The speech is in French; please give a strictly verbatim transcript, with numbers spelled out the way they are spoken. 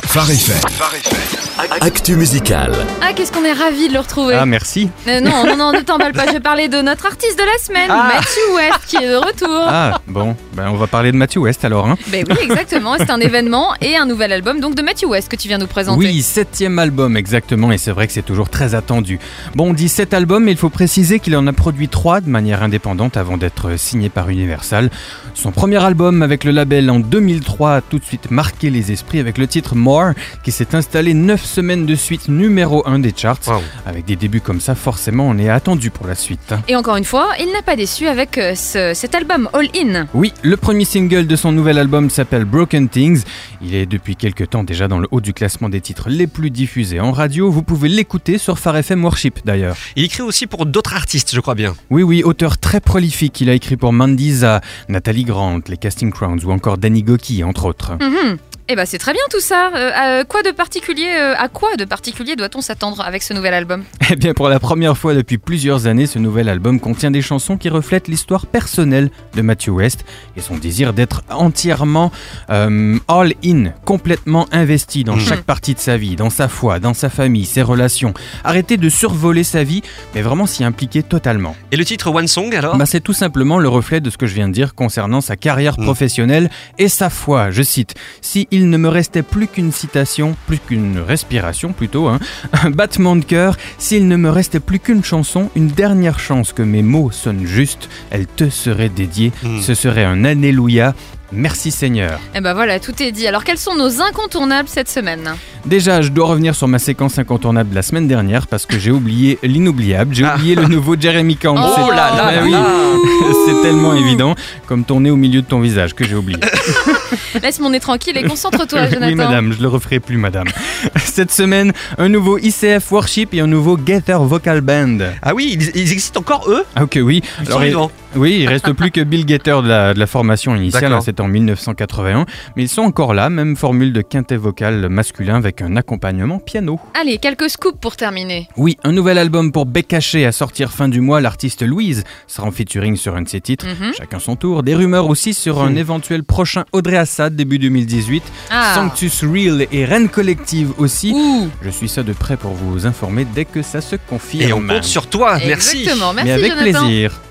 Phare F M. Actu musical. Ah, qu'est-ce qu'on est ravis de le retrouver. Ah, merci. Euh, non, non, non, ne t'emballe pas. Je vais parler de notre artiste de la semaine, Ah. Matthew West, qui est de retour. Ah, bon, ben on va parler de Matthew West alors. Hein. Ben oui, exactement. C'est un événement et un nouvel album donc de Matthew West que tu viens nous présenter. Oui, septième album exactement, et c'est vrai que c'est toujours très attendu. Bon, on dit sept albums, mais il faut préciser qu'il en a produit trois de manière indépendante avant d'être signé par Universal. Son premier album avec le label en deux mille trois a tout de suite marqué les esprits avec le titre More, qui s'est installé neuf semaines de suite numéro un des charts. Wow. Avec des débuts comme ça, forcément, on est attendu pour la suite. Et encore une fois, il n'a pas déçu avec euh, ce, cet album All In. Oui, le premier single de son nouvel album s'appelle Broken Things. Il est depuis quelques temps déjà dans le haut du classement des titres les plus diffusés en radio. Vous pouvez l'écouter sur Phare F M Worship d'ailleurs. Il écrit aussi pour d'autres artistes, je crois bien. Oui, oui, auteur très prolifique. Il a écrit pour Mandiza, Nathalie Grant, les Casting Crowns ou encore Danny Gokey, entre autres. Mm-hmm. Eh ben c'est très bien tout ça. Euh, euh, quoi de particulier, euh, à quoi de particulier doit-on s'attendre avec ce nouvel album ? Eh bien, pour la première fois depuis plusieurs années, ce nouvel album contient des chansons qui reflètent l'histoire personnelle de Matthew West et son désir d'être entièrement euh, all in, complètement investi dans mmh. chaque partie de sa vie, dans sa foi, dans sa famille, ses relations. Arrêter de survoler sa vie, mais vraiment s'y impliquer totalement. Et le titre One Song alors ? Bah, c'est tout simplement le reflet de ce que je viens de dire concernant sa carrière mmh. professionnelle et sa foi. Je cite, si il Il ne me restait plus qu'une citation, plus qu'une respiration plutôt, hein, un battement de cœur, s'il ne me restait plus qu'une chanson, une dernière chance que mes mots sonnent juste, elle te serait dédiée, mmh. ce serait un Alléluia. Merci Seigneur. Et ben voilà, tout est dit. Alors quels sont nos incontournables cette semaine ? Déjà, je dois revenir sur ma séquence incontournable de la semaine dernière parce que j'ai oublié l'inoubliable. J'ai ah. oublié le nouveau Jeremy Camp. Oh c'est... là là, ah, oui. C'est tellement évident, comme ton nez au milieu de ton visage que j'ai oublié. Laisse mon nez tranquille et concentre-toi, Jonathan. Oui madame, je le referai plus madame. Cette semaine, un nouveau I C F Worship et un nouveau Gaither Vocal Band. Ah oui, ils, ils existent encore eux ? Ah ok oui. Ils Alors, sont vivants. Oui, il reste plus que Bill Gaither de la, de la formation initiale, hein, c'était en dix-neuf cent quatre-vingt-un, mais ils sont encore là, même formule de quintet vocal masculin avec un accompagnement piano. Allez, quelques scoops pour terminer. Oui, un nouvel album pour Bec Caché à sortir fin du mois, l'artiste Louise sera en featuring sur un de ses titres, mm-hmm. chacun son tour. Des rumeurs aussi sur un mmh. éventuel prochain Audrey Assad début deux mille dix-huit, ah. Sanctus Real et Rennes Collective aussi. Ouh. Je suis ça de près pour vous informer dès que ça se confirme. Et on compte sur toi, merci. Exactement, merci mais avec Jonathan. plaisir.